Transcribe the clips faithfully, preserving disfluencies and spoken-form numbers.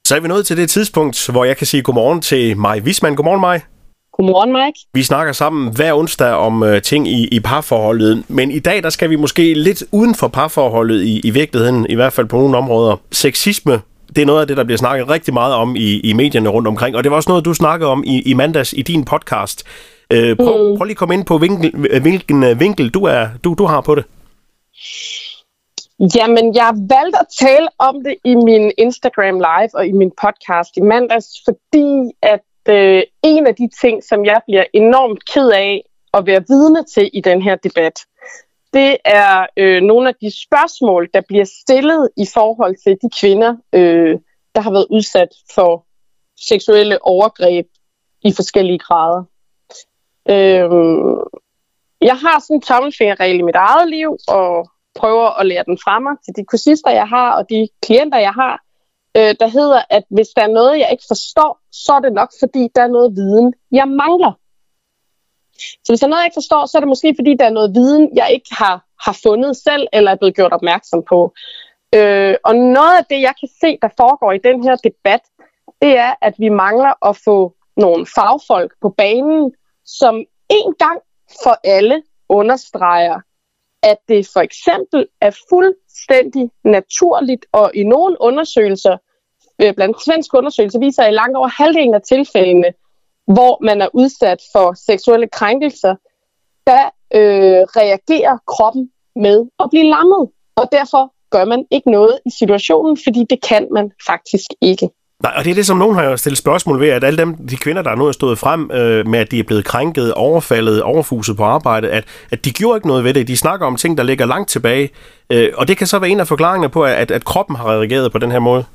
Så er vi nået til det tidspunkt, hvor jeg kan sige godmorgen til Maj Wismann. Godmorgen, Maj. Godmorgen, Mike. Vi snakker sammen hver onsdag om uh, ting i, i parforholdet, men i dag der skal vi måske lidt uden for parforholdet i, i virkeligheden, i hvert fald på nogle områder. Sexisme, det er noget af det, der bliver snakket rigtig meget om i, i medierne rundt omkring, og det var også noget, du snakkede om i, i mandags i din podcast. Uh, prøv, mm. prøv lige at komme ind på, vinkel, hvilken vinkel du, er, du, du har på det. Jamen, jeg valgte at tale om det i min Instagram Live og i min podcast i mandags, fordi at øh, en af de ting, som jeg bliver enormt ked af at være vidne til i den her debat, det er øh, nogle af de spørgsmål, der bliver stillet i forhold til de kvinder, øh, der har været udsat for seksuelle overgreb i forskellige grader. Øh, jeg har sådan en tommelfingerregel i mit eget liv, og prøver at lære den fra mig til de kursister, jeg har, og de klienter, jeg har, øh, der hedder, at hvis der er noget, jeg ikke forstår, så er det nok, fordi der er noget viden, jeg mangler. Så hvis der er noget, jeg ikke forstår, så er det måske, fordi der er noget viden, jeg ikke har, har fundet selv, eller er blevet gjort opmærksom på. Øh, og noget af det, jeg kan se, der foregår i den her debat, det er, at vi mangler at få nogle fagfolk på banen, som en gang for alle understreger, at det for eksempel er fuldstændig naturligt, og i nogle undersøgelser, blandt svenske undersøgelser, viser i langt over halvdelen af tilfældene, hvor man er udsat for seksuelle krænkelser, der øh, reagerer kroppen med at blive lammet. Og derfor gør man ikke noget i situationen, fordi det kan man faktisk ikke. Nej, og det er det, som nogen har stillet spørgsmål ved, at alle dem, de kvinder, der nu er stået frem øh, med, at de er blevet krænket, overfaldet, overfuset på arbejde, at, at de gjorde ikke noget ved det. De snakker om ting, der ligger langt tilbage. Øh, og det kan så være en af forklaringerne på, at, at kroppen har reageret på den her måde.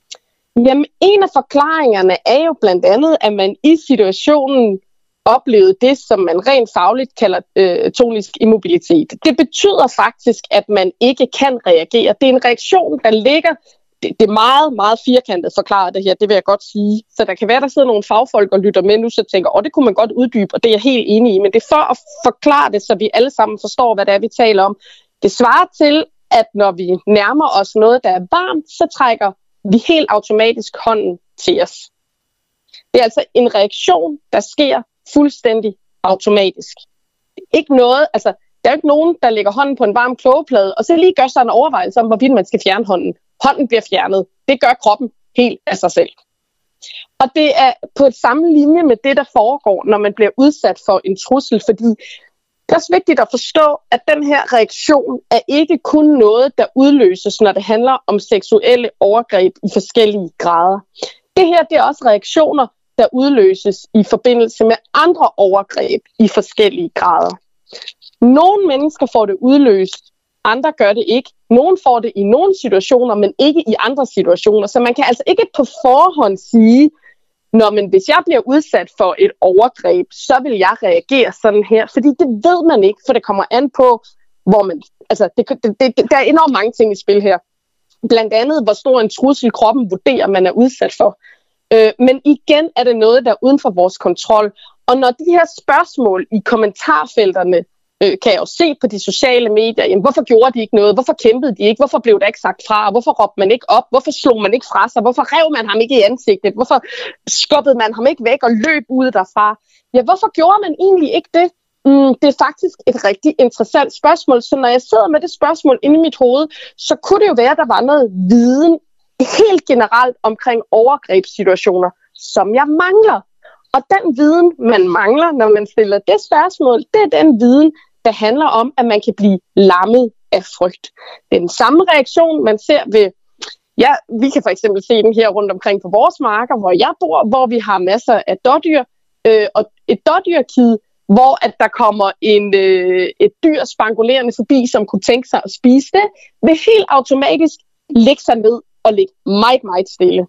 Jamen, en af forklaringerne er jo blandt andet, at man i situationen oplevede det, som man rent fagligt kalder øh, tonisk immobilitet. Det betyder faktisk, at man ikke kan reagere. Det er en reaktion, der ligger... Det, det er meget, meget firkantet forklaret det her, det vil jeg godt sige. Så der kan være, der sidder nogle fagfolk og lytter med nu, så tænker, åh, det kunne man godt uddybe, og det er jeg helt enig i. Men det er for at forklare det, så vi alle sammen forstår, hvad det er, vi taler om. Det svarer til, at når vi nærmer os noget, der er varmt, så trækker vi helt automatisk hånden til os. Det er altså en reaktion, der sker fuldstændig automatisk. Det er ikke noget, altså, der er jo ikke nogen, der lægger hånden på en varm kogeplade, og så lige gør sig en overvejelse om, hvorvidt man skal fjerne hånden. Hånden bliver fjernet. Det gør kroppen helt af sig selv. Og det er på et samme linje med det, der foregår, når man bliver udsat for en trussel, fordi det er også vigtigt at forstå, at den her reaktion er ikke kun noget, der udløses, når det handler om seksuelle overgreb i forskellige grader. Det her det er også reaktioner, der udløses i forbindelse med andre overgreb i forskellige grader. Nogle mennesker får det udløst, andre gør det ikke. Nogle får det i nogle situationer, men ikke i andre situationer. Så man kan altså ikke på forhånd sige, nå, men hvis jeg bliver udsat for et overgreb, så vil jeg reagere sådan her. Fordi det ved man ikke, for det kommer an på, hvor man... Altså, det, det, det, der er enormt mange ting i spil her. Blandt andet, hvor stor en trussel kroppen vurderer, man er udsat for. Øh, men igen er det noget, der er uden for vores kontrol. Og når de her spørgsmål i kommentarfelterne, Øh, kan jeg jo se på de sociale medier, jamen, hvorfor gjorde de ikke noget, hvorfor kæmpede de ikke, hvorfor blev der ikke sagt fra, hvorfor råbte man ikke op, hvorfor slog man ikke fra sig, hvorfor rev man ham ikke i ansigtet, hvorfor skubbede man ham ikke væk og løb ud derfra. Ja, hvorfor gjorde man egentlig ikke det? Mm, det er faktisk et rigtig interessant spørgsmål, så når jeg sidder med det spørgsmål inde i mit hoved, så kunne det jo være, at der var noget viden helt generelt omkring overgrebssituationer, som jeg mangler. Og den viden, man mangler, når man stiller det spørgsmål, det er den viden, der handler om, at man kan blive lammet af frygt. Det er den samme reaktion, man ser ved, ja, vi kan for eksempel se den her rundt omkring på vores marker, hvor jeg bor, hvor vi har masser af dådyr, øh, og et dådyrkid, hvor at der kommer en, øh, et dyr spangulerende forbi, som kunne tænke sig at spise det, vil helt automatisk lægge sig ned og ligge meget, meget stille.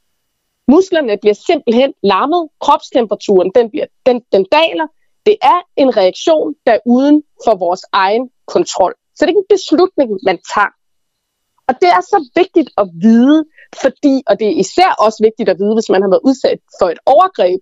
Musklerne bliver simpelthen lammet, kropstemperaturen den, bliver, den, den daler. Det er en reaktion, der er uden for vores egen kontrol. Så det er ikke en beslutning, man tager. Og det er så vigtigt at vide, fordi, og det er især også vigtigt at vide, hvis man har været udsat for et overgreb,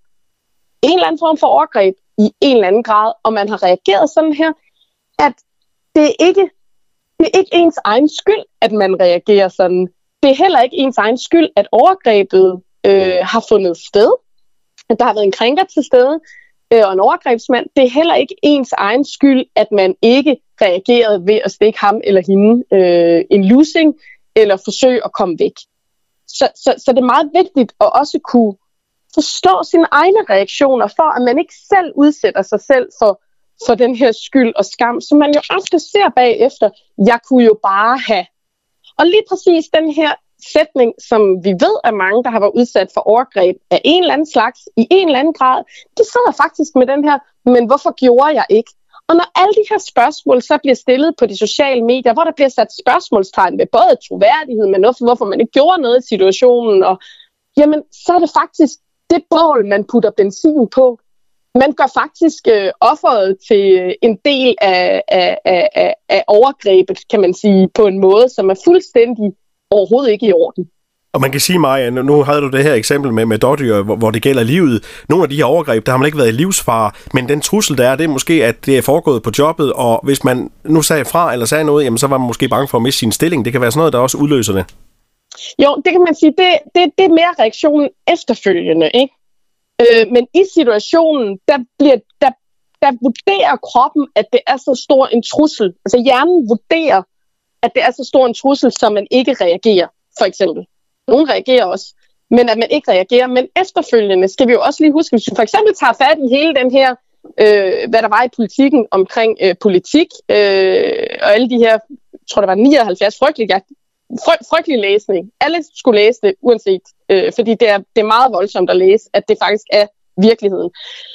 en eller anden form for overgreb i en eller anden grad, og man har reageret sådan her, at det er ikke, det er ikke ens egen skyld, at man reagerer sådan. Det er heller ikke ens egen skyld, at overgrebet øh, har fundet sted. At der har været en krænker til stede øh, og en overgrebsmand. Det er heller ikke ens egen skyld, at man ikke reagerede ved at stikke ham eller hende øh, en lussing eller forsøge at komme væk. Så, så, så det er meget vigtigt at også kunne forstå sine egne reaktioner, for at man ikke selv udsætter sig selv for, for den her skyld og skam, som man jo ofte ser bagefter. Jeg kunne jo bare have. Og lige præcis den her sætning, som vi ved er mange, der har været udsat for overgreb af en eller anden slags, i en eller anden grad, de sidder faktisk med den her, men hvorfor gjorde jeg ikke? Og når alle de her spørgsmål så bliver stillet på de sociale medier, hvor der bliver sat spørgsmålstegn ved både troværdighed, men også hvorfor man ikke gjorde noget i situationen, og jamen, så er det faktisk det bål, man putter benzin på. Man gør faktisk øh, offeret til en del af, af, af, af overgrebet, kan man sige, på en måde, som er fuldstændig overhovedet ikke i orden. Og man kan sige, Maja, nu havde du det her eksempel med, med dårdyr, hvor, hvor det gælder livet. Nogle af de her overgreb, der har man ikke været i livsfare, men den trussel, der er, det er måske, at det er foregået på jobbet, og hvis man nu sagde fra eller sagde noget, jamen, så var man måske bange for at miste sin stilling. Det kan være sådan noget, der også udløser det. Jo, det kan man sige, det, det, det er mere reaktionen efterfølgende, ikke? Øh, men i situationen, der, bliver, der, der vurderer kroppen, at det er så stor en trussel. Altså hjernen vurderer, at det er så stor en trussel, så man ikke reagerer, for eksempel. Nogle reagerer også, men at man ikke reagerer. Men efterfølgende skal vi jo også lige huske, hvis vi for eksempel tager fat i hele den her, øh, hvad der var i politikken omkring øh, politik, øh, og alle de her, jeg tror der var nioghalvfjerds frygtelige, fry, frygtelig læsning. Alle skulle læse det, uanset, øh, fordi det er, det er meget voldsomt at læse, at det faktisk er virkeligheden.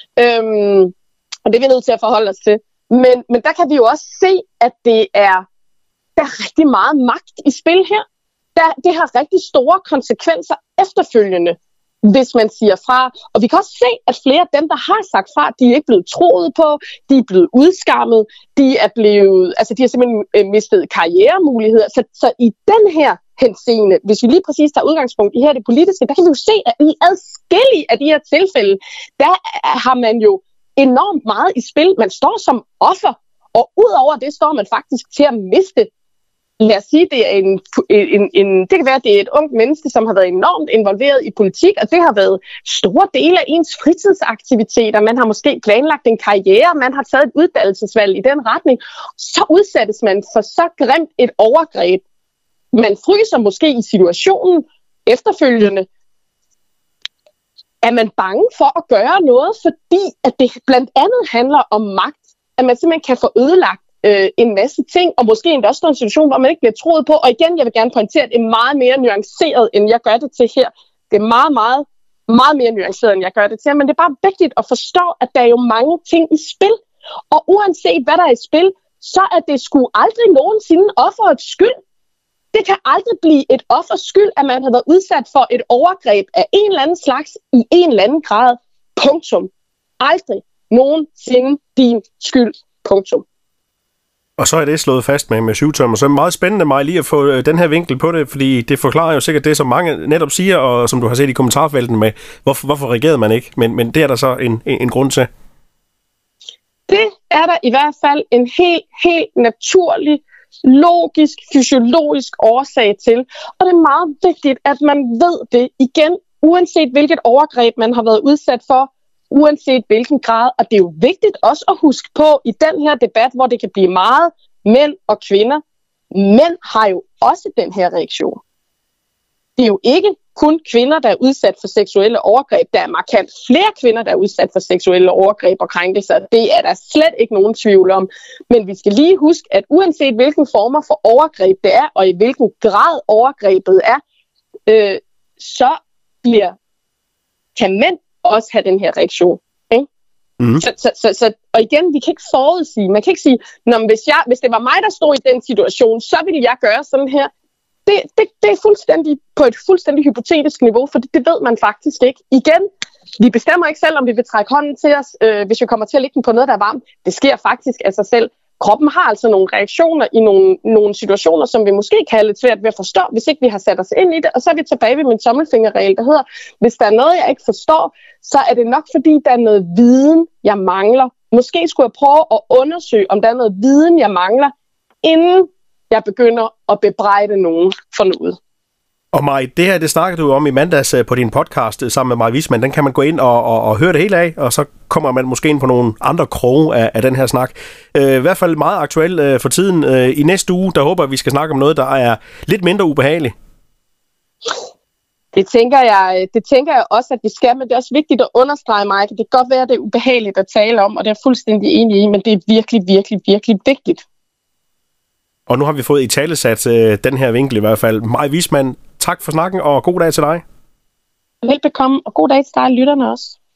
Øhm, og det er vi nødt til at forholde os til. Men, men der kan vi jo også se, at det er, der er rigtig meget magt i spil her. Der, det har rigtig store konsekvenser efterfølgende, hvis man siger fra. Og vi kan også se, at flere af dem, der har sagt fra, de er ikke blevet troet på, de er blevet udskammet, de er blevet, altså de har simpelthen mistet karrieremuligheder. Så, så i den her henseende, hvis vi lige præcis tager udgangspunkt i her det politiske, der kan vi jo se, at i adskillige af de her tilfælde, der har man jo enormt meget i spil. Man står som offer, og udover det står man faktisk til at miste. Lad os sige, det er en, en, en, det kan være, at det er et ungt menneske, som har været enormt involveret i politik, og det har været store dele af ens fritidsaktiviteter. Man har måske planlagt en karriere, man har taget et uddannelsesvalg i den retning. Så udsættes man for så grimt et overgreb. Man fryser måske i situationen efterfølgende. Er man bange for at gøre noget, fordi at det blandt andet handler om magt, at man simpelthen kan få ødelagt øh, en masse ting, og måske endda også en situation, hvor man ikke bliver troet på. Og igen, jeg vil gerne pointere, at det er meget mere nuanceret, end jeg gør det til her. Det er meget, meget, meget mere nuanceret, end jeg gør det til her. Men det er bare vigtigt at forstå, at der er jo mange ting i spil. Og uanset hvad der er i spil, så er det sgu aldrig nogensinde offerets skyld. Det kan aldrig blive et offers skyld, at man har været udsat for et overgreb af en eller anden slags i en eller anden grad. Punktum. Aldrig nogensinde din skyld. Punktum. Og så er det slået fast med, med syvtommer. Så er det meget spændende mig lige at få den her vinkel på det, fordi det forklarer jo sikkert det, som mange netop siger, og som du har set i kommentarfelten med, hvorfor, hvorfor reagerede man ikke? Men, men det er der så en, en, en grund til. Det er der i hvert fald en helt, helt naturlig, logisk, fysiologisk årsag til. Og det er meget vigtigt, at man ved det igen, uanset hvilket overgreb man har været udsat for, uanset hvilken grad. Og det er jo vigtigt også at huske på i den her debat, hvor det kan blive meget mænd og kvinder. Mænd har jo også den her reaktion. Det er jo ikke kun kvinder, der er udsat for seksuelle overgreb. Der er markant flere kvinder, der er udsat for seksuelle overgreb og krænkelser. Det er der slet ikke nogen tvivl om. Men vi skal lige huske, at uanset hvilken former for overgreb det er, og i hvilken grad overgrebet er, øh, så bliver, kan mænd også have den her reaktion. Ikke? Mm. Så, så, så, så, og igen, vi kan ikke forudsige. Man kan ikke sige, hvis, jeg, hvis det var mig, der stod i den situation, så ville jeg gøre sådan her. Det, det, det er fuldstændig på et fuldstændig hypotetisk niveau, for det, det ved man faktisk ikke. Igen, vi bestemmer ikke selv, om vi vil trække hånden til os, øh, hvis vi kommer til at ligge den på noget, der er varmt. Det sker faktisk af sig selv. Kroppen har altså nogle reaktioner i nogle, nogle situationer, som vi måske kan have lidt svært ved at forstå, hvis ikke vi har sat os ind i det. Og så er vi tilbage ved min tommelfingerregel, der hedder, hvis der er noget, jeg ikke forstår, så er det nok, fordi der er noget viden, jeg mangler. Måske skulle jeg prøve at undersøge, om der er noget viden, jeg mangler, inden jeg begynder at bebrejde nogen for noget. Og Maj, det her, det snakkede du om i mandags på din podcast sammen med Maj Wiesmann. Den kan man gå ind og, og, og høre det hele af, og så kommer man måske ind på nogle andre kroge af, af den her snak. Øh, I hvert fald meget aktuel øh, for tiden. Øh, I næste uge, der håber jeg, vi skal snakke om noget, der er lidt mindre ubehageligt. Det tænker jeg, det tænker jeg også, at vi skal, men det er også vigtigt at understrege, Mike. Det kan godt være, at det er ubehageligt at tale om, og det er jeg fuldstændig enig i, men det er virkelig, virkelig, virkelig vigtigt. Og nu har vi fået i talesat øh, den her vinkel i hvert fald. Maj Wiesmann, tak for snakken, og god dag til dig. Velbekomme, og god dag til dig, lytterne også.